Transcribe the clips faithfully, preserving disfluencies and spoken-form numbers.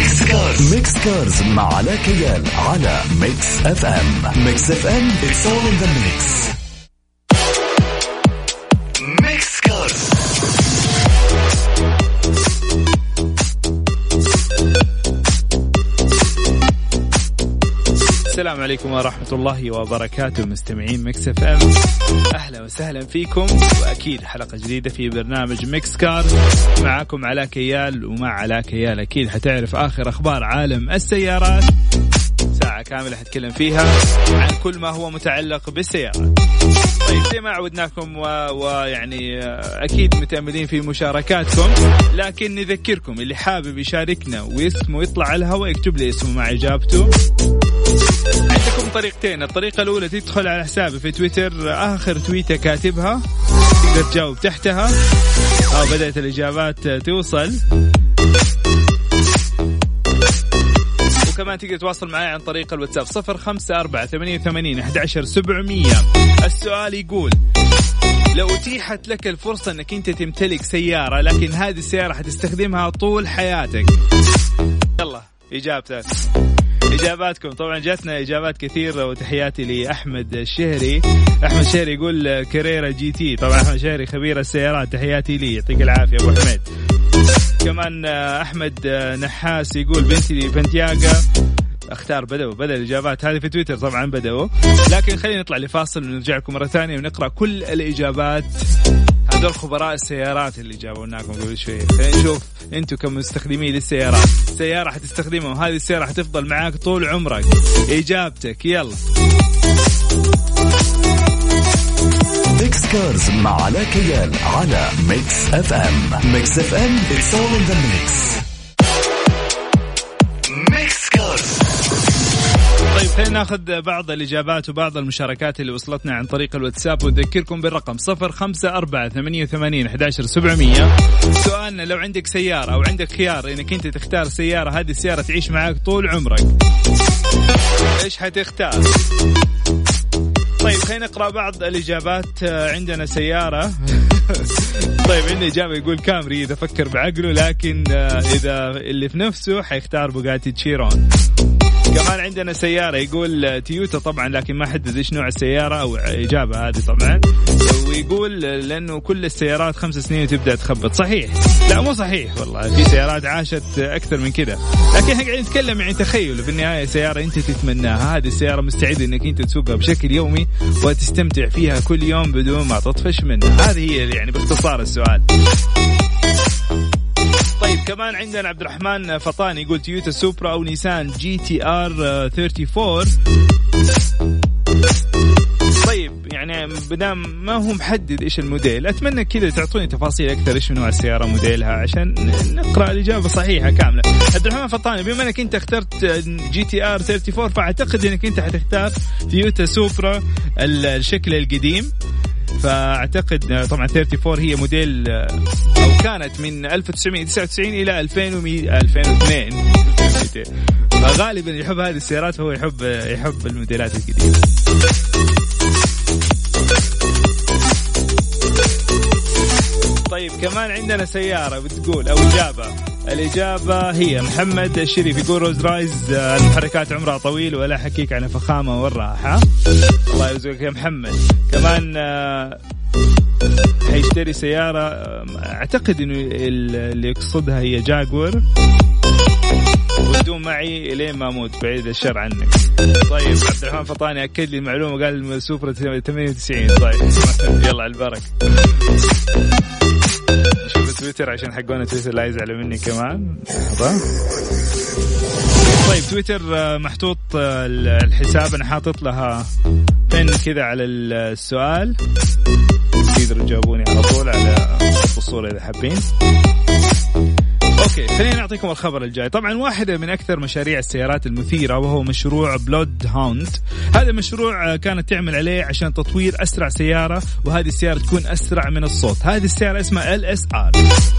ميكس كارز. ميكس كارز مع علاء كيال على ميكس اف ام. ميكس اف ام it's all in the mix. ميكس كارز. السلام عليكم ورحمة الله وبركاته مستمعين ميكس اف ام، أهلا وسهلا فيكم، وأكيد حلقة جديدة في برنامج ميكس كارز. معاكم علاء كيال، ومع علاء كيال أكيد حتعرف آخر أخبار عالم السيارات. ساعة كاملة حتكلم فيها عن كل ما هو متعلق بالسيارات. طيب زي ما عودناكم ويعني و... أكيد متأملين في مشاركاتكم، لكن نذكركم اللي حابب يشاركنا واسمه يطلع على الهواء يكتب لي اسمه مع إجابته. عندكم طريقتين، الطريقة الأولى تدخل على حسابي في تويتر، آخر تويتة كاتبها تقدر تجاوب تحتها أو بدأت الإجابات توصل، وكمان تقدر تواصل معي عن طريق الواتساب صفر خمسة أربعة ثمانية ثمانين أحد عشر سبعمية. السؤال يقول: لو أتيحت لك الفرصة أنك أنت تمتلك سيارة، لكن هذه السيارة حتستخدمها طول حياتك، يلا إجابتك. إجاباتكم طبعا جاتنا إجابات كثيرة، وتحياتي لأحمد الشهري. أحمد الشهري يقول كاريرا جي تي، طبعا أحمد الشهري خبير السيارات، تحياتي لي، يعطيك العافية أبو حميد. كمان أحمد نحاس يقول بنتي بنتياغا، اختار بدأوا بدأ الإجابات هذه في تويتر طبعا بدأوا، لكن خلينا نطلع لفاصل ونرجع لكم مرة ثانية ونقرأ كل الإجابات. هذول خبراء السيارات اللي جاوبناكم قبل شوي. خلينا نشوف انتم كمستخدمين للسيارات، سيارة حتستخدمها وهذه السيارة حتفضل معاك طول عمرك، إجابتك يلا. ميكس كارز مع علاء كيال على ميكس اف ام. ميكس اف ام it's all in the mix. ميكس كارز. طيب خلينا ناخذ بعض الإجابات وبعض المشاركات اللي وصلتنا عن طريق الواتساب، وذكركم بالرقم صفر خمسة أربعة ثمانية ثمانين أحد عشر سبعمية. سؤالنا: لو عندك سيارة أو عندك خيار إنك أنت تختار سيارة، هذه السيارة تعيش معك طول عمرك، إيش حتختار؟ طيب خلينا نقرأ بعض الإجابات. عندنا سيارة طيب عندنا إجابة يقول كامري إذا فكر بعقله، لكن إذا اللي في نفسه حيختار بوغاتي تشيرون. كمان عندنا سيارة يقول تويوتا طبعا، لكن ما حدد إيش نوع السيارة أو إجابة هذه طبعا، ويقول لأنه كل السيارات خمس سنين وتبدأ تخبط. صحيح؟ لا مو صحيح والله، في سيارات عاشت أكثر من كده، لكن احنا قاعدين نتكلم يعني تخيل في النهاية سيارة أنت تتمناها، هذه السيارة مستعد إنك أنت تسوقها بشكل يومي وتستمتع فيها كل يوم بدون ما تطفش منها. هذه هي يعني باختصار السؤال. طيب كمان عندنا عبد الرحمن فطاني يقول تويوتا سوبرا أو نيسان جي تي آر أربعة وثلاثين. طيب يعني بدام ما هو محدد إيش الموديل، أتمنى كذا تعطوني تفاصيل أكثر إيش نوع السيارة موديلها عشان نقرأ الإجابة صحيحة كاملة. عبد الرحمن فطاني، بما أنك أنت اخترت جي تي آر أربعة وثلاثين، فأعتقد أنك أنت حتختار تويوتا سوبرا الشكل القديم، فأعتقد طبعا أربعة وثلاثين هي موديل أو كانت من ألف وتسعمية وتسعة وتسعين إلى ألفين واثنين، فغالبا يحب هذه السيارات، فهو يحب يحب الموديلات القديمة. طيب كمان عندنا سيارة بتقول أو إجابة، الإجابة هي محمد الشريف يقول روز رايز، المحركات عمرها طويل ولا حكيك عن الفخامة والراحة. الله يرزقك يا محمد. كمان حيشتري سيارة أعتقد إنه اللي يقصدها هي جاكور، ودوم معي لين ما أموت بعيد الشر عنك. طيب عبد الرحمن فطاني أكد لي المعلومة، قال سوبر ثمانية وتسعين. طيب يلا على البركة. شوف تويتر عشان حقونا تويتر لا يزعلوا مني كمان. طيب تويتر محطوط الحساب، أنا حاطط لها بين كذا على السؤال، تقدروا تجاوبوني على طول على الصورة إذا حابين. أوكي خلينا نعطيكم الخبر الجاي. طبعا واحدة من أكثر مشاريع السيارات المثيرة وهو مشروع بلود هاوند. هذا المشروع كانت تعمل عليه عشان تطوير أسرع سيارة، وهذه السيارة تكون أسرع من الصوت. هذه السيارة اسمها إل إس آر.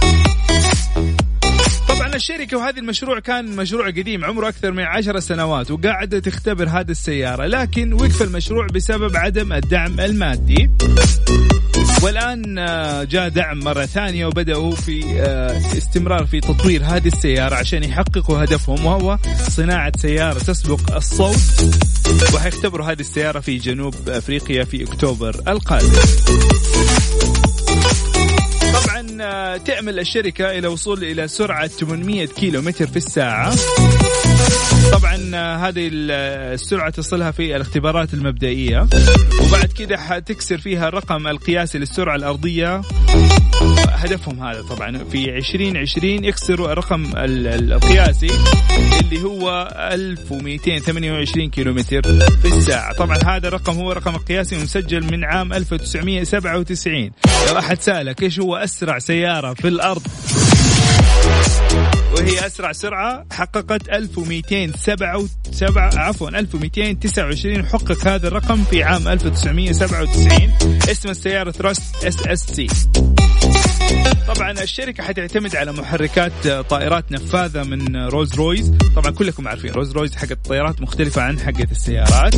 طبعا الشركة وهذا المشروع كان مشروع قديم عمره أكثر من عشر سنوات، وقاعدة تختبر هذه السيارة، لكن وقف المشروع بسبب عدم الدعم المادي. والآن جاء دعم مرة ثانية وبدأوا في استمرار في تطوير هذه السيارة عشان يحققوا هدفهم، وهو صناعة سيارة تسبق الصوت، وحيختبروا هذه السيارة في جنوب أفريقيا في أكتوبر القادم. طبعا تعمل الشركة إلى وصول إلى سرعة ثمانمئة كيلومتر في الساعة. طبعا هذه السرعة تصلها في الاختبارات المبدئية، وبعد كده حتكسر فيها الرقم القياسي للسرعة الأرضية. هدفهم هذا طبعا في عشرين عشرين يكسروا الرقم القياسي اللي هو ألف ومئتين وثمانية وعشرين كيلومتر في الساعة. طبعا هذا الرقم هو الرقم القياسي مسجل من عام ألف وتسعمئة وسبعة وتسعين. لو أحد سألك إيش هو أسرع سيارة في الأرض وهي أسرع سرعة، حققت ألف ومئتين وسبعة عفوا ألف ومئتين وتسعة وعشرين، حقق هذا الرقم في عام ألف وتسعمئة وسبعة وتسعين. اسم السيارة ثراست اس اس سي. طبعا الشركة حتعتمد على محركات طائرات نفاذة من روز رويز. طبعا كلكم عارفين روز رويز حقت الطائرات مختلفة عن حقت السيارات،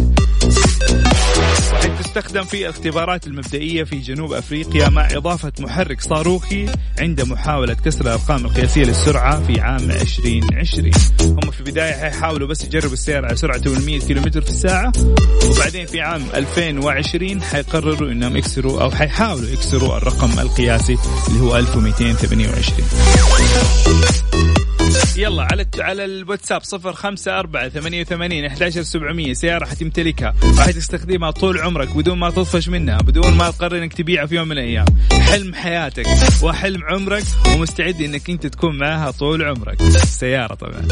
وحتستخدم في الاختبارات المبدئية في جنوب أفريقيا مع إضافة محرك صاروخي عند محاولة كسر الأرقام القياسية للسرعة في عام عشرين عشرين. هم في البداية حيحاولوا بس يجربوا السيارة على سرعة ثمانمئة كيلومتر في الساعة، وبعدين في عام ألفين وعشرين حيقرروا إنهم يكسروا أو حيحاولوا يكسروا الرقم القياسي اللي هو ألف ومئتين وثمانية وعشرين. يلا على على الواتساب صفر خمسة أربعة ثمانية وثمانين أحد عشر سبعمية. سيارة حتمتلكها راح تستخدمها طول عمرك بدون ما تطفش منها، بدون ما تقرر انك تبيعها في يوم من الايام. حلم حياتك وحلم عمرك، ومستعد انك انت تكون معها طول عمرك. سيارة طبعا.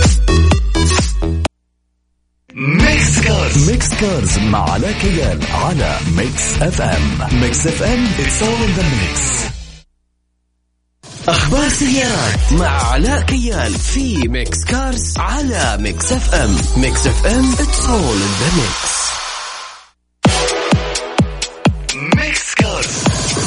ميكس كارز ميكس كارز مع علاء كيال على ميكس اف ام. ميكس اف ام it's all in the mix. أخبار سيارات مع علاء كيال في ميكس كارز على ميكس اف ام. ميكس اف ام it's all in the mix. ميكس كارز.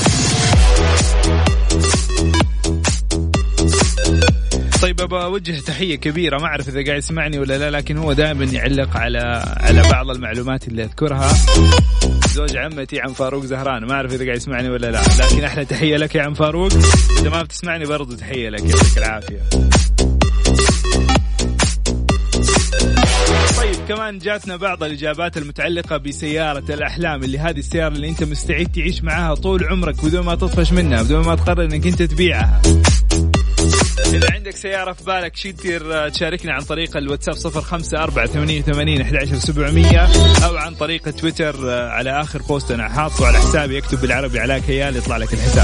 طيب بوجه تحية كبيرة، ما أعرف إذا قاعد يسمعني ولا لا، لكن هو دائما يعلق على على بعض المعلومات اللي أذكرها. زوج عمتي عم فاروق زهران، ما أعرف إذا قاعد يسمعني ولا لا، لكن أحلى تحية لك يا عم فاروق. إذا ما بتسمعني برضو تحية لك، يعطيك العافية. طيب كمان جاتنا بعض الإجابات المتعلقة بسيارة الأحلام، اللي هذه السيارة اللي أنت مستعد تعيش معاها طول عمرك بدون ما تطفش منها، بدون ما تقرر إنك أنت تبيعها. إذا عندك سيارة في بالك شي تقدر تشاركنا عن طريق الواتساب صفر خمسة أربعة ثمانية وثمانين أحد عشر سبعمية، أو عن طريق تويتر على آخر بوست أنا حاطه على حسابي، يكتب بالعربي علاء كيال يطلع لك الحساب.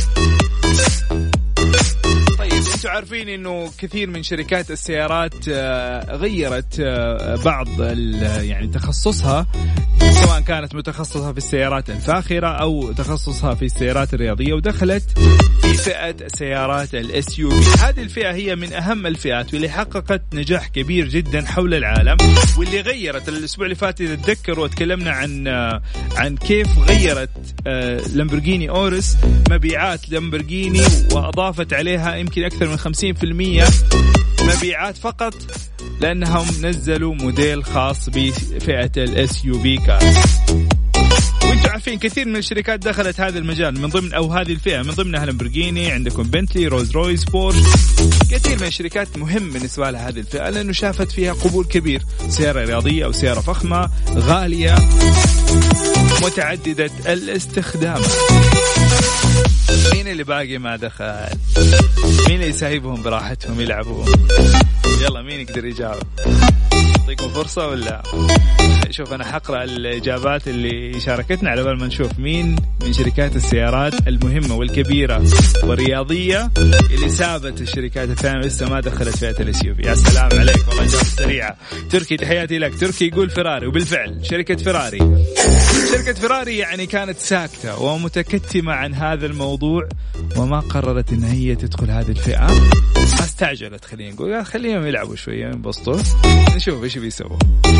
طيب أنتوا عارفين إنه كثير من شركات السيارات غيرت بعض يعني تخصصها، سواء كانت متخصصة في السيارات الفاخرة أو تخصصها في السيارات الرياضية، ودخلت في فئة سيارات الاس يو في. هذه الفئة هي من أهم الفئات واللي حققت نجاح كبير جدا حول العالم، واللي غيرت. الأسبوع اللي فات إذا تذكروا وتكلمنا عن عن كيف غيرت لامبورغيني أورس مبيعات لامبورغيني، وأضافت عليها يمكن أكثر من خمسين بالمئة مبيعات فقط لأنهم نزلوا موديل خاص بفئة الاس يو في كار. وانتم عارفين كثير من الشركات دخلت هذا المجال من ضمن او هذه الفئة، من ضمنها لامبورغيني، عندكم بنتلي، روز رويس، بورش. كثير من الشركات مهم بالنسبة لها هذه الفئة لأنه شافت فيها قبول كبير، سيارة رياضية أو سيارة فخمة غالية متعددة الاستخدام. مين اللي باقي ما دخل؟ مين اللي يسايبهم براحتهم يلعبون؟ يلا مين يقدر يجاوب؟ أعطيكم فرصة ولا؟ شوف أنا حقرأ الإجابات اللي شاركتنا على بال ما نشوف مين من شركات السيارات المهمة والكبيرة والرياضية اللي سابت الشركات الثانية لسه ما دخلت فئة الاس يو في. يا سلام عليك والله، إجابة سريعة. تركي تحياتي لك. تركي يقول فيراري، وبالفعل شركة فيراري شركة فيراري يعني كانت ساكتة ومتكتمة عن هذا الموضوع، وما قررت إن هي تدخل هذه الفئة. ما استعجلت، خلينا نقول خليهم يلعبوا شوية ينبسطوا، نشوف إيش بيسووا.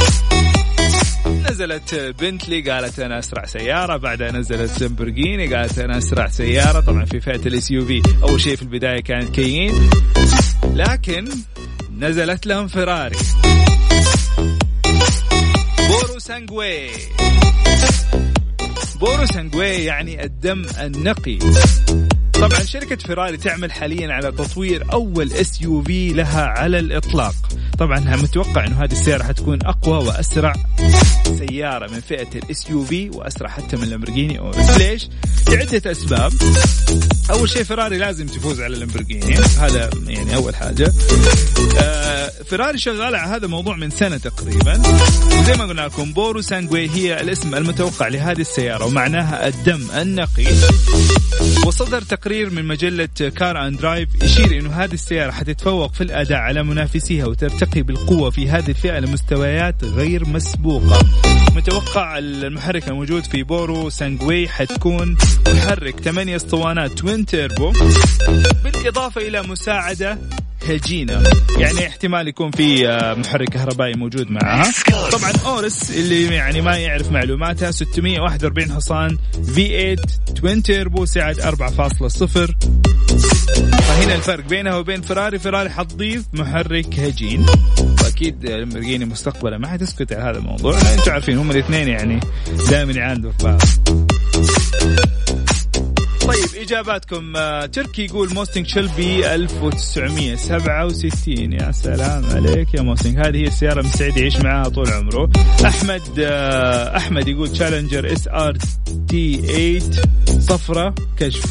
نزلت بنتلي قالت أنا أسرع سيارة، بعدها نزلت لامبورغيني قالت أنا أسرع سيارة. طبعا في فئة الاس يو في أول شيء في البداية كانت كيين، لكن نزلت لهم فيراري. بورو سانغوي بورو سانغوي يعني الدم النقي. طبعا شركة فيراري تعمل حاليا على تطوير أول اس يو في لها على الإطلاق. طبعا متوقع أنه هذه السيارة حتكون أقوى وأسرع سيارة من فئة الاس يو في، وأسرع حتى من اللامبورغيني أورس. ليش؟ لعدة أسباب. أول شيء فيراري لازم تفوز على اللامبورغيني، هذا يعني أول حاجة. آه فيراري شغالة على هذا الموضوع من سنة تقريبا. زي ما قلنا لكم بورو سانغوي هي الاسم المتوقع لهذه السيارة ومعناها الدم النقي. وصدر تقرير من مجلة كار أند درايف يشير إنه هذه السيارة حتتفوق في الأداء على منافسيها وترتقي بالقوة في هذه الفئة لمستويات غير مسبوقة. متوقع المحرك الموجود في بورو سانغوي حتكون محرك ثمانية اسطوانات توين تيربو بالإضافة إلى مساعدة هجينة، يعني احتمال يكون في محرك كهربائي موجود معها. طبعا أورس اللي يعني ما يعرف معلوماتها ستمائة وواحد وأربعين حصان في ثمانية توين تيربو سعة أربعة فاصلة صفر. فهنا الفرق بينها وبين فيراري، فيراري حتضيف محرك هجين، وأكيد لامبورغيني مستقبلا ما حتسكت على هذا الموضوع. أنتم عارفين هم الاثنين يعني دائما يعاندوا في بعض. طيب إجاباتكم. تركي يقول موستنج شلبي ألف وتسعمائة وسبعة وستين. يا سلام عليك يا موستنج، هذه هي السيارة مستعد يعيش معها طول عمره. أحمد أحمد يقول تشالنجر اس ار تي ثمانية صفرة كشف.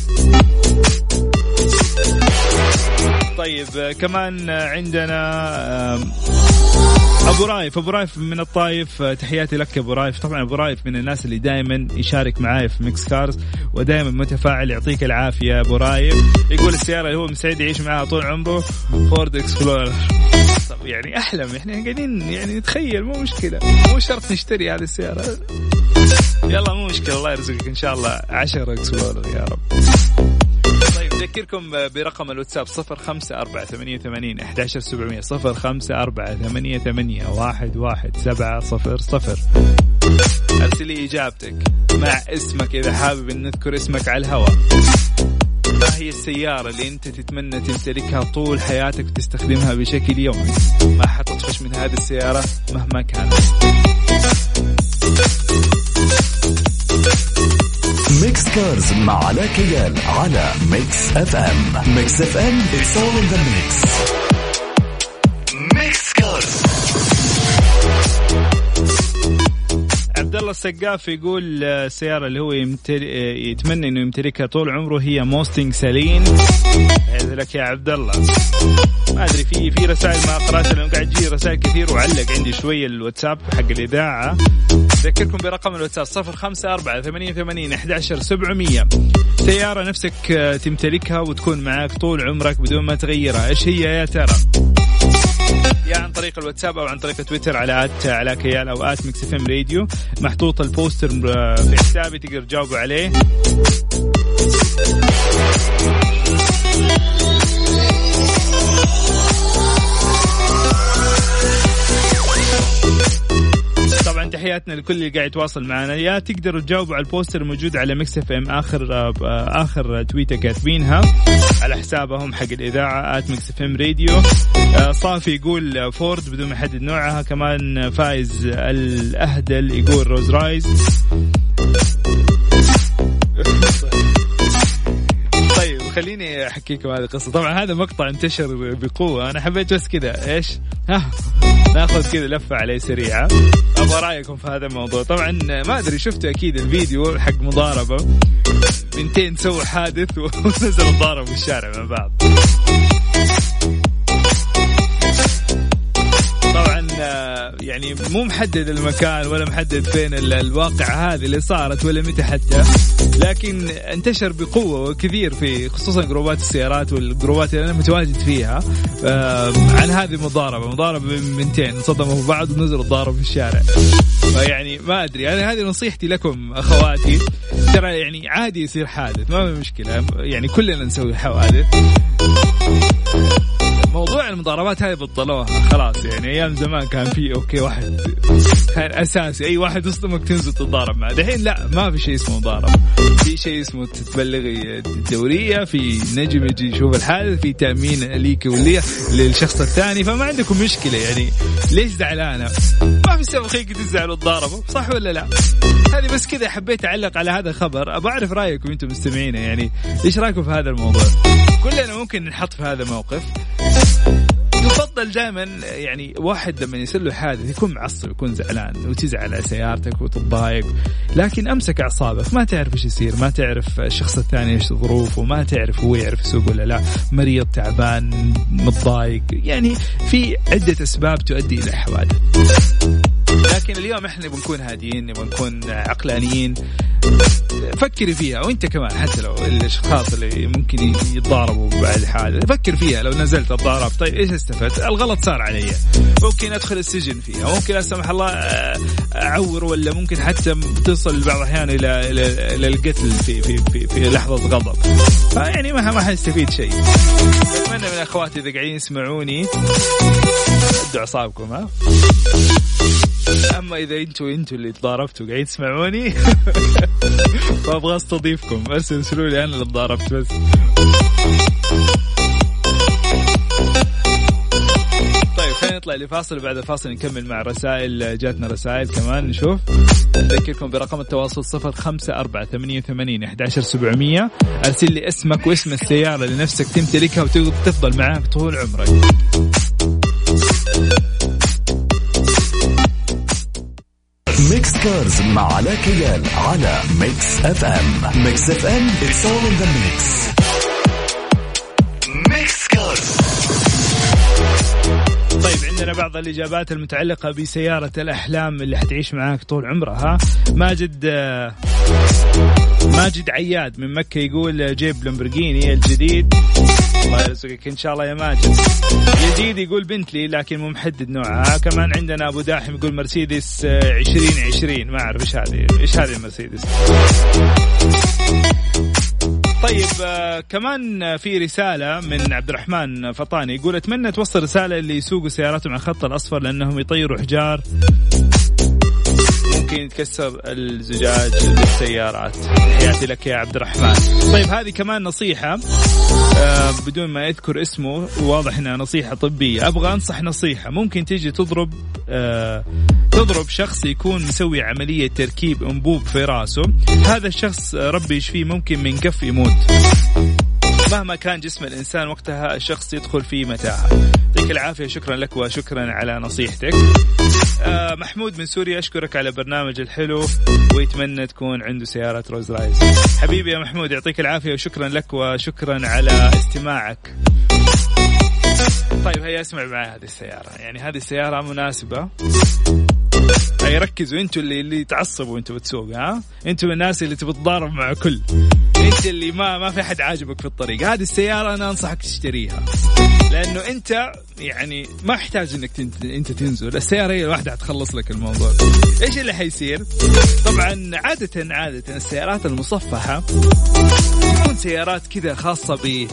طيب كمان عندنا أبو رايف. أبو رايف من الطايف، تحياتي لك أبو رايف. طبعا أبو رايف من الناس اللي دائما يشارك معاي في ميكس كارز ودائما متفاعل، يعطيك العافية أبو رايف. يقول السيارة اللي هو مستعد يعيش معها طول عمره فورد اكسبلورر. طب يعني أحلم، إحنا قاعدين يعني نتخيل، مو مشكلة، مو شرط نشتري هذه السيارة. يلا مو مشكلة، الله يرزقك إن شاء الله عشرة اكسبلورر يا رب. أذكركم برقم الواتساب صفر خمسة أربعة ثمانية ثمانين أحد عشر سبعمية صفر خمسة أربعة ثمانية ثمانية واحد واحد سبعة صفر صفر. أرسلي إجابتك مع اسمك إذا حابب أن نذكر اسمك على الهواء. ما هي السيارة اللي أنت تتمنى تمتلكها طول حياتك وتستخدمها بشكل يومي؟ ما حتطفش من هذه السيارة مهما كانت. ميكس كارز مع علاء كيال على ميكس اف ام. ميكس اف ام it's all in the mix. ميكس كارز. عبد الله السقاف يقول السيارة اللي هو يتمنى انه يمتلكها طول عمره هي موستنج سالين. هذا لك يا عبد الله. ما ادري في في رسائل ما قرأتها لانه قاعد تجي رسائل كثير وعلق عندي شوية الواتساب حق الإذاعة. أذكركم برقم الواتساب صفر خمسة أربعة ثمانية ثمانين أحد عشر سبعمية. سيارة نفسك تمتلكها وتكون معك طول عمرك بدون ما تغيرها، إيش هي يا ترى؟ يا عن طريق الواتساب أو عن طريق تويتر على آت على كيال أو آت ميكس اف ام راديو. محطوط البوستر في حسابي تقدر تجاوبوا عليه. تحياتنا لكل اللي قاعد يتواصل معنا. يا تقدروا تجاوبوا على البوستر الموجود على ميكس اف ام اخر اخر تويته كاتبينها على حسابهم حق الاذاعه آت ميكس اف ام راديو. صافي يقول فورد بدون ما يحدد نوعها. كمان فايز الاهدل يقول روز رايز. طيب خليني احكيكم هذه القصه. طبعا هذا مقطع انتشر بقوه، انا حبيت بس كذا ايش ها ناخذ كذا لفه عليه سريعه. ابغى رايكم في هذا الموضوع. طبعا ما ادري شفتوا اكيد الفيديو حق مضاربه، بنتين سووا حادث ونزلوا ضاربوا في الشارع مع بعض. طبعا يعني مو محدد المكان ولا محدد فين الواقع هذه اللي صارت ولا متى حتى، لكن انتشر بقوة وكثير في خصوصا جروبات السيارات والجروبات اللي أنا متواجد فيها عن هذه المضاربة. مضاربة من بنتين صدموا في بعض ونزلوا ضاربوا في الشارع. فيعني ما أدري، أنا هذه نصيحتي لكم أخواتي، ترى يعني عادي يصير حادث ما في مشكلة، يعني كلنا نسوي حوادث. موضوع المضاربات هذه بطلوها خلاص. يعني أيام زمان كان في أوكي واحد كان أساسي أي واحد يصدمك تنزل تتضارب معه. دحين لا، ما في شيء اسمه مضاربة، في شيء اسمه تتبلغي الدورية، في نجم يجي يشوف الحادث، في تأمين ليك وليه للشخص الثاني. فما عندكم مشكلة يعني. ليش زعلانة؟ ما في سبب خيك تزعلوا تضاربوا، صح ولا لا؟ هذه بس كذا حبيت أعلق على هذا الخبر. أبغى أعرف رأيكم أنتم مستمعين، يعني إيش رأيكم في هذا الموضوع؟ كلنا ممكن نحط في هذا موقف. يفضل دائما يعني واحد لما يصير له حادث يكون معصب، يكون زعلان وتزعل على سيارتك وتضايق، لكن أمسك أعصابك. ما تعرف إيش يصير، ما تعرف الشخص الثاني إيش ظروفه، ما تعرف هو يعرف يسوق ولا لا، مريض، تعبان، متضايق، يعني في عدة أسباب تؤدي إلى حوادث. لكن اليوم احنا بنكون هاديين، بنكون عقلانيين. فكري فيها، وانت كمان حتى لو الاشخاص اللي ممكن يتضاربوا بعد حادث فكر فيها. لو نزلت الضارب طيب ايش استفدت؟ الغلط صار علي، ممكن ادخل السجن فيها، ممكن لا سمح الله اعور، ولا ممكن حتى تصل بعض الاحيان الى الى القتل في في في, في لحظه غضب. فيعني ما ما حنستفيد شيء. اتمنى من اخواتي اذا قاعدين يسمعوني ادوا اعصابكم. ها أما إذا أنتوا أنتوا اللي تضاربتوا قاعدين تسمعوني فأبغى أستضيفكم، بس ارسلوا لي أنا اللي تضاربت بس. طيب خلينا نطلع لفاصل، وبعد الفاصل نكمل مع رسائل. جاتنا رسائل كمان نشوف. أذكركم برقم التواصل صفر خمسة أربعة ثمانية ثمانين أحد عشر سبعمية. أرسل لي اسمك واسم السيارة اللي نفسك تمتلكها وتفضل معاك طول عمرك. ميكس كارز مع علاء كيال على ميكس اف ام. ميكس اف ام it's all in the mix. ميكس كارز. طيب عندنا بعض الإجابات المتعلقة بسيارة الأحلام اللي حتعيش معاك طول عمرها. ماجد ماجد عياد من مكة يقول جيب لامبورغيني الجديد. الله يرزقك إن شاء الله يا ماجد. يزيد يقول بنتلي لكن مو محدد نوعها. كمان عندنا أبو داحم يقول مرسيدس عشرين عشرين. ما أعرف إيش هذه إيش هذه المرسيدس. طيب آه كمان في رسالة من عبد الرحمن فطاني يقول أتمنى توصل رسالة اللي يسوقوا سياراتهم على الخط الأصفر لأنهم يطيروا حجار، ممكن يتكسر الزجاج للسيارات. حياتي لك يا عبد الرحمن. طيب هذه كمان نصيحة آه بدون ما يذكر اسمه، واضح انها نصيحة طبية. ابغى انصح نصيحة. ممكن تيجي تضرب آه تضرب شخص يكون مسوي عملية تركيب انبوب في راسه، هذا الشخص ربي يشفيه ممكن من كف يموت. مهما كان جسم الإنسان وقتها الشخص يدخل في متاهة. يعطيك العافية، شكرا لك وشكرا على نصيحتك. آه محمود من سوريا أشكرك على برنامج الحلو ويتمنى تكون عنده سيارة روز رايز. حبيبي يا محمود يعطيك العافية وشكرا لك وشكرا على استماعك. طيب هيا اسمع معي هذه السيارة، يعني هذه السيارة مناسبة. هيا ركزوا انتوا اللي اللي تعصبوا وانتوا بتسوق، ها انتوا الناس اللي تبي تضارب مع كل، انت اللي ما ما في حد عاجبك في الطريق. هذه السيارة انا انصحك تشتريها لانه انت يعني ما يحتاج انك انت تنزل، السيارة هي الواحدة هتخلص لك الموضوع. ايش اللي حيصير؟ طبعا عادة عادة السيارات المصفحة تكون سيارات كذا خاصة ب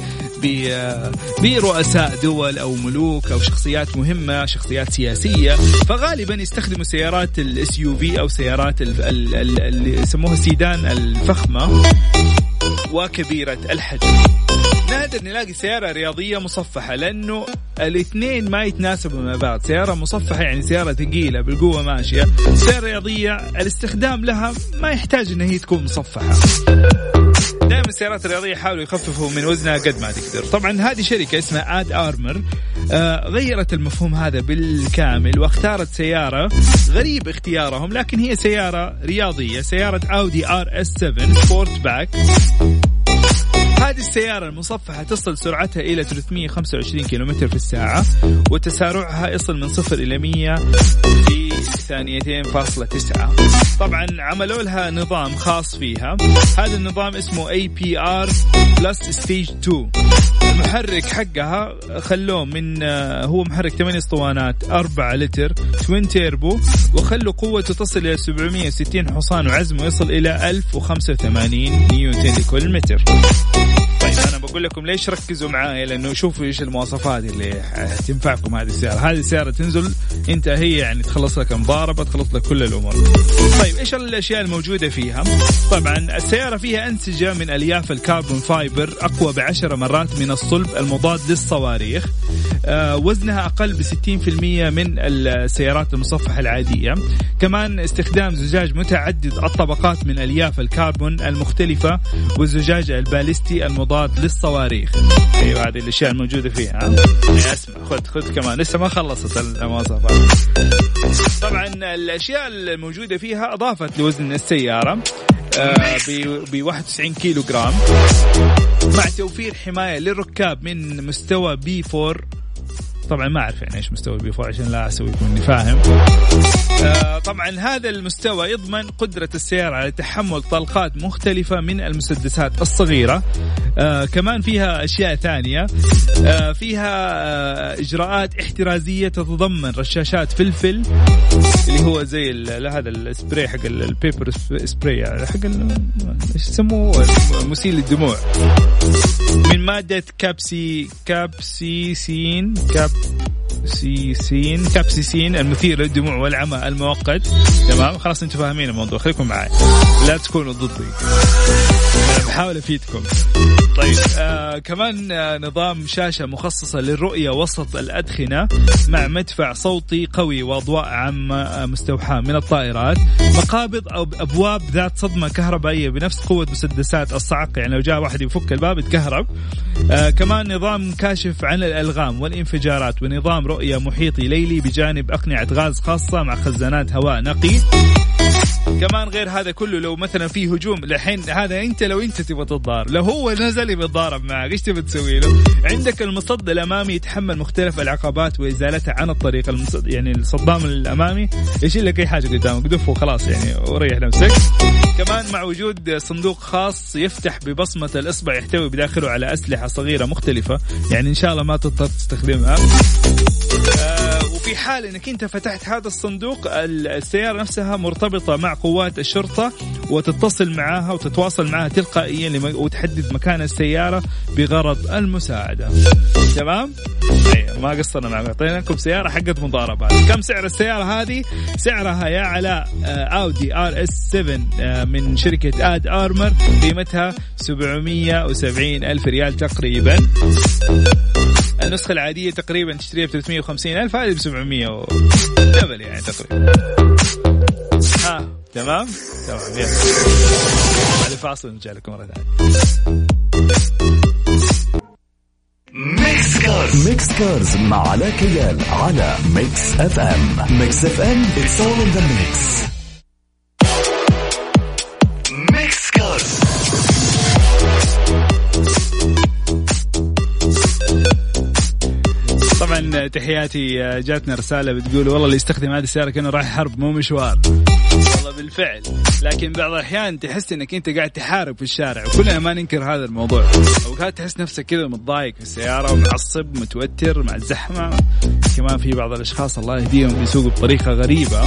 برؤساء دول أو ملوك أو شخصيات مهمة، شخصيات سياسية، فغالبا يستخدموا سيارات الاس يو في أو سيارات اللي يسموها السيدان الفخمة وكبيرة الحجم. نادر نلاقي سيارة رياضية مصفحة لأنه الاثنين ما يتناسبوا مع بعض. سيارة مصفحة يعني سيارة ثقيلة بالقوة ماشية، سيارة رياضية الاستخدام لها ما يحتاج أن هي تكون مصفحة. دائما السيارات الرياضية يحاولوا يخففوا من وزنها قد ما تقدر. طبعا هذه شركة اسمها آد آرمر آه غيرت المفهوم هذا بالكامل واختارت سيارة غريب اختيارهم، لكن هي سيارة رياضية، سيارة أودي آر إس سبعة سبورت باك. هذه السيارة المصفحة تصل سرعتها إلى ثلاثمية وخمسة وعشرين كيلومتر في الساعة وتسارعها يصل من صفر إلى مية في ثانيتين فاصلة تسعة. طبعا عملوا لها نظام خاص فيها، هذا النظام اسمه إيه بي آر Plus Stage اثنين. المحرك حقها خلوه من هو محرك ثمانية اسطوانات أربعة لتر توين تيربو، وخلوا قوته تصل إلى سبعمية وستين حصان وعزمه يصل إلى ألف وخمسة وثمانين نيوتن لكل متر. طيب أنا بقول لكم ليش ركزوا معايا، لأنه شوفوا إيش المواصفات اللي تنفعكم هذه السيارة. هذه السيارة تنزل أنت هي يعني تخلص لك مضاربة، تخلص لك كل الأمور. طيب إيش الأشياء الموجودة فيها؟ طبعا السيارة فيها أنسجة من ألياف الكربون فايبر أقوى بعشر مرات من الصلب المضاد للصواريخ. آه وزنها أقل بستين في المية من السيارات المصفحة العادية. كمان استخدام زجاج متعدد الطبقات من ألياف الكربون المختلفة والزجاج الباليستي المضاد للصواريخ. أيوة هذه الأشياء الموجودة فيها. يعني اسمع خذ خذ كمان لسه ما خلصت المواصفات. طبعا الأشياء الموجودة فيها أضافت لوزن السيارة ب واحد وتسعين كيلو جرام، مع توفير حماية للركاب من مستوى بي فور. طبعا ما أعرف يعني إيش مستوى البي فور عشان لا أسوي كوني فاهم. آه طبعا هذا المستوى يضمن قدرة السيارة على تحمل طلقات مختلفة من المسدسات الصغيرة. آه كمان فيها أشياء ثانية. آه فيها آه إجراءات احترازية تتضمن رشاشات فلفل اللي هو زي هذا السبراي حق البيبر سبراي حق ايش يسموه مسيل الدموع من مادة كابسي كابسيسين كاب سيسين كابسيسين المثير للدموع والعمى المؤقت. تمام خلاص انتم فاهمين الموضوع، خليكم معي لا تكونوا ضدي، انا بحاول افيدكم. طيب آه كمان آه نظام شاشة مخصصة للرؤية وسط الأدخنة مع مدفع صوتي قوي وأضواء عامة آه مستوحاة من الطائرات. مقابض أو أبواب ذات صدمة كهربائية بنفس قوة مسدسات الصعق، يعني لو جاء واحد يفك الباب يتكهرب. آه كمان نظام كاشف عن الألغام والانفجارات ونظام رؤية محيطي ليلي بجانب أقنعة غاز خاصة مع خزانات هواء نقي. كمان غير هذا كله لو مثلا في هجوم الحين هذا انت لو انت تبغى تتضارب، لو هو نزل يتضارب معك ايش تبغى تسوي له؟ عندك المصد الامامي يتحمل مختلف العقبات وازالتها عن الطريق. المصد يعني الصدام الامامي يشيل لك اي حاجه قدامك قدفه وخلاص يعني وريح نفسك. كمان مع وجود صندوق خاص يفتح ببصمه الاصبع يحتوي بداخله على اسلحه صغيره مختلفه، يعني ان شاء الله ما تضطر تستخدمها. آه وفي حال انك انت فتحت هذا الصندوق السياره نفسها مرتبطه مع قوات الشرطة وتتصل معها وتتواصل معها تلقائيا وتحدد مكان السيارة بغرض المساعدة. تمام؟ أيوة ما قصرنا معكم، أعطينا لكم سيارة حقت مضاربات. كم سعر السيارة هذه؟ سعرها يا علاء أودي آر إس سبعة من شركة آد آرمر، قيمتها سبعمية وسبعين ألف ريال تقريبا. النسخة العادية تقريبا تشتريها ب ثلاثمية وخمسين ألف، هذه ب سبعمية ودبل يعني تقريبا. ها تمام تمام يلا بعد فاصل نرجع لكم مرة ثانية. ميكس كارز ميكس كارز مع علاء كيال على ميكس اف ام. ميكس اف ام it's all in the mix. ميكس كارز. طبعا تحياتي، جاتنا رسالة بتقول والله اللي يستخدم هذه السيارة كأنه رايح حرب مو مشوار. والله بالفعل، لكن بعض الأحيان تحس إنك أنت قاعد تحارب في الشارع، وكلنا ما ننكر هذا الموضوع. أوقات تحس نفسك كذا متضايق في السيارة ومعصب متوتر مع الزحمة. كمان في بعض الأشخاص الله يهديهم بيسوقوا بطريقة غريبة.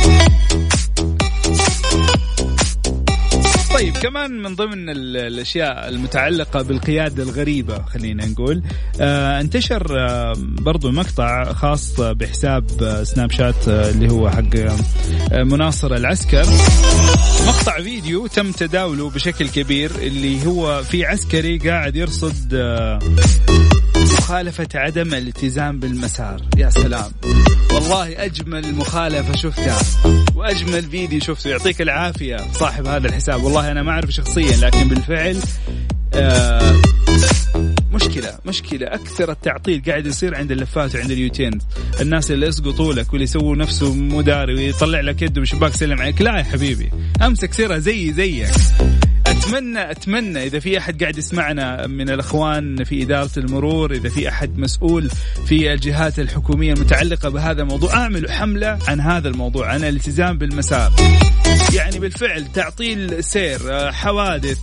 طيب كمان من ضمن الأشياء المتعلقة بالقيادة الغريبة خلينا نقول، آه انتشر آه برضو مقطع خاص بحساب آه سناب شات آه اللي هو حق آه مناصر العسكر. مقطع فيديو تم تداوله بشكل كبير اللي هو في عسكري قاعد يرصد آه مخالفة عدم الالتزام بالمسار. يا سلام والله أجمل مخالفة شفتها وأجمل فيديو شفته. يعطيك العافية صاحب هذا الحساب، والله أنا ما أعرف شخصيا لكن بالفعل آه مشكلة مشكلة أكثر التعطيل قاعد يصير عند اللفات وعند اليوتين. الناس اللي يسقطوا لك واللي يسووا نفسه مداري ويطلع لك يده بشباك سلم عليك. لا يا حبيبي أمسك سيرها زي زيك. أتمنى أتمنى إذا في أحد قاعد يسمعنا من الأخوان في إدارة المرور، إذا في أحد مسؤول في الجهات الحكومية المتعلقة بهذا الموضوع، أعملوا حملة عن هذا الموضوع، عن الالتزام بالمسار. يعني بالفعل تعطيل سير، حوادث،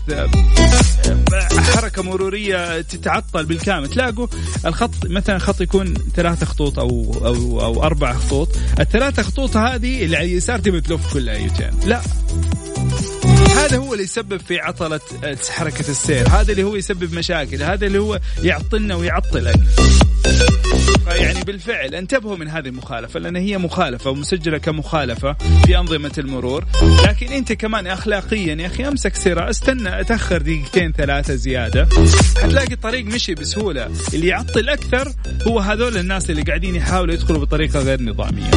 حركة مرورية تتعطل بالكامل. تلاقوا الخط مثلا خط يكون ثلاثة خطوط أو أو أو أربع خطوط، الثلاثة خطوط هذه اللي على اليسار تبي تلف كلها يوتين. لا هذا هو اللي يسبب في عطلة حركة السير، هذا اللي هو يسبب مشاكل، هذا اللي هو يعطلنا ويعطلك. يعني بالفعل انتبهوا من هذه المخالفة، لأن هي مخالفة ومسجلة كمخالفة في أنظمة المرور. لكن أنت كمان أخلاقيا يا أخي أمسك سيارة، استنى أتأخر دقيقتين ثلاثة زيادة، حتلاقي الطريق مشي بسهولة. اللي يعطل أكثر هو هذول الناس اللي قاعدين يحاولوا يدخلوا بطريقة غير نظامية.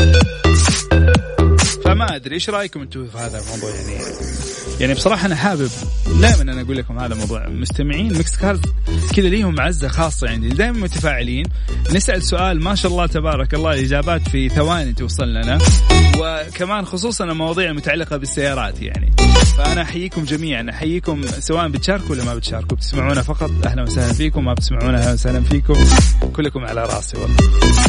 فما أدري إيش رأيكم أنتم في هذا الموضوع؟ يعني يعني بصراحة أنا حابب دائما أنا أقول لكم هذا الموضوع. مستمعين ميكس كارز كذا ليهم معزة خاصة عندي، دائما متفاعلين، نسأل سؤال ما شاء الله تبارك الله الإجابات في ثواني توصل لنا، وكمان خصوصا المواضيع المتعلقة بالسيارات. يعني فأنا أحييكم جميعا، أحييكم سواء بتشاركوا ولا ما بتشاركوا، بتسمعونا فقط أهلا وسهلا فيكم، ما بتسمعونا أهلا وسهلا فيكم، كلكم على راسي والله.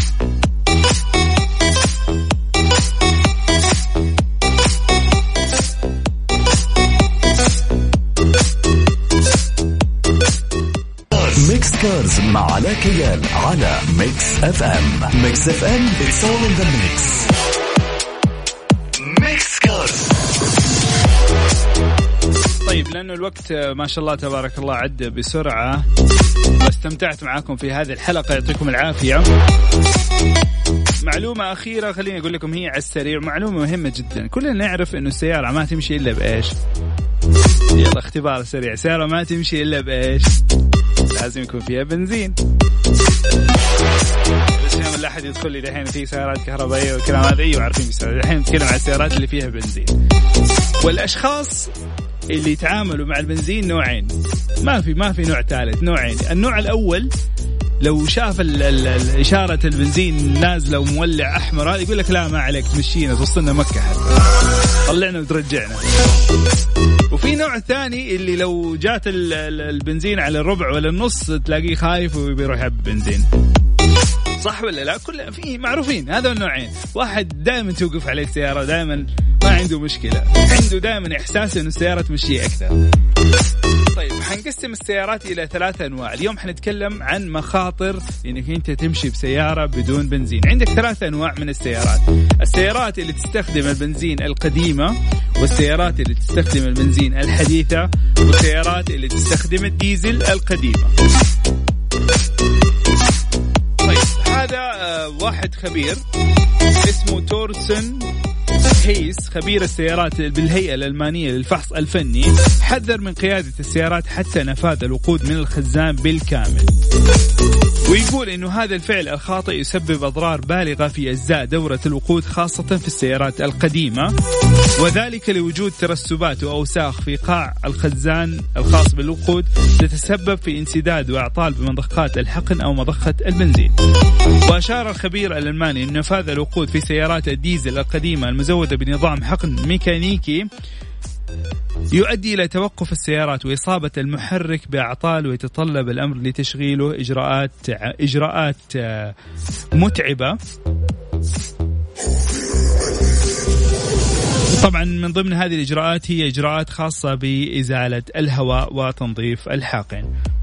ميكس كارز مع علاء كيال على ميكس اف ام. ميكس اف ام it's all in the mix. ميكس كارز. طيب لأنه الوقت ما شاء الله تبارك الله عدى بسرعة، واستمتعت معاكم في هذه الحلقة، يعطيكم العافية. معلومة أخيرة خليني أقول لكم هي على السريع، معلومة مهمة جدا. كلنا نعرف إنه السيارة ما تمشي إلا بإيش؟ يلا اختبار سريع، سيارة ما تمشي إلا بإيش؟ لازم يكون فيها بنزين. بس يوم لا أحد يدخل لي دحين في سيارات كهربائية والكلام هذا، أيوة عارفين بسيارات، دحين نتكلم عن السيارات اللي فيها بنزين. والأشخاص اللي يتعاملوا مع البنزين نوعين، ما في ما في نوع ثالث، نوعين. النوع الأول لو شاف ال ال الإشارة البنزين نازلة ومولع أحمر، هذا يقول لك لا ما عليك تمشينا توصلنا مكة حتى طلعنا وترجعنا. وفي نوع ثاني اللي لو جات البنزين على الربع ولا النص تلاقيه خايف وبيروح يحب بنزين. صح ولا لا؟ كل في معروفين هذا النوعين. واحد دائما توقف عليه السيارة، دائما ما عنده مشكلة، عنده دائما إحساس إنه السيارة تمشي أكثر. طيب حنقسم السيارات إلى ثلاثة أنواع. اليوم حنتكلم عن مخاطر إنك أنت تمشي بسيارة بدون بنزين. عندك ثلاثة أنواع من السيارات: السيارات اللي تستخدم البنزين القديمة، والسيارات اللي تستخدم البنزين الحديثة، والسيارات اللي تستخدم الديزل القديمة. طيب هذا واحد خبير اسمه تورسن هيس، خبير السيارات بالهيئة الألمانية للفحص الفني، حذر من قيادة السيارات حتى نفاذ الوقود من الخزان بالكامل. ويقول إنه هذا الفعل الخاطئ يسبب أضرار بالغة في أجزاء دورة الوقود خاصة في السيارات القديمة، وذلك لوجود ترسبات وأوساخ في قاع الخزان الخاص بالوقود تتسبب في انسداد وأعطال بمضخات الحقن أو مضخة البنزين. وأشار الخبير الألماني أن نفاذ الوقود في سيارات الديزل القديمة المزودة بنظام حقن ميكانيكي يؤدي إلى توقف السيارات وإصابة المحرك بأعطال، ويتطلب الأمر لتشغيله إجراءات إجراءات متعبة. طبعا من ضمن هذه الإجراءات هي إجراءات خاصة بإزالة الهواء وتنظيف الحاقن.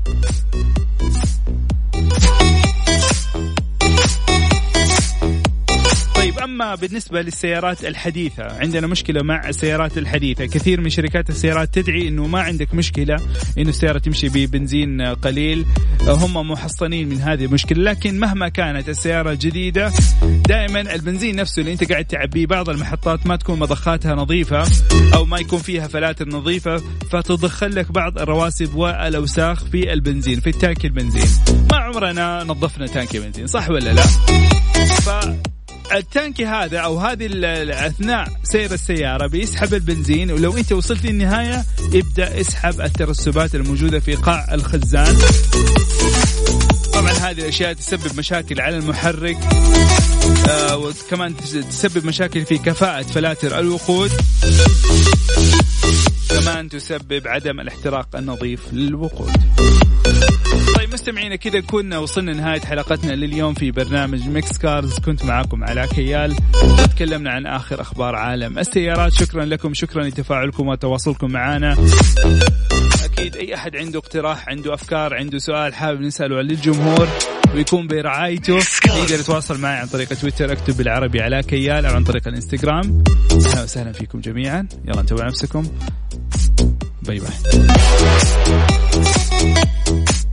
أما بالنسبة للسيارات الحديثة، عندنا مشكلة مع السيارات الحديثة. كثير من شركات السيارات تدعي أنه ما عندك مشكلة أنه السيارة تمشي ببنزين قليل، هم محصنين من هذه المشكلة. لكن مهما كانت السيارة جديدة، دائما البنزين نفسه اللي أنت قاعد تعبيه بعض المحطات ما تكون مضخاتها نظيفة أو ما يكون فيها فلاتر نظيفة، فتدخل لك بعض الرواسب والأوساخ في البنزين، في التانك البنزين. ما عمرنا نظفنا تانك بنزين، صح ولا لا؟ ف التانكي هذا أو هذه أثناء سير السيارة بيسحب البنزين، ولو أنت وصلت للنهاية ابدأ اسحب الترسبات الموجودة في قاع الخزان. طبعا هذه الأشياء تسبب مشاكل على المحرك، آه وكمان تسبب مشاكل في كفاءة فلاتر الوقود، كمان تسبب عدم الاحتراق النظيف للوقود. طيب مستمعينا كذا كنا وصلنا نهاية حلقتنا لليوم في برنامج ميكس كارز. كنت معاكم علاء كيال وتكلمنا عن آخر أخبار عالم السيارات. شكرا لكم، شكرا لتفاعلكم وتواصلكم معنا. أكيد كيال. أي أحد عنده اقتراح، عنده أفكار، عنده سؤال حابب نسأله للجمهور ويكون برعايته، يقدر يتواصل معي عن طريق تويتر، اكتب بالعربي علاء كيال، أو عن طريق الانستغرام. أهلا وسهلا فيكم جميعا. يلا انتبهوا نفسكم. باي باي.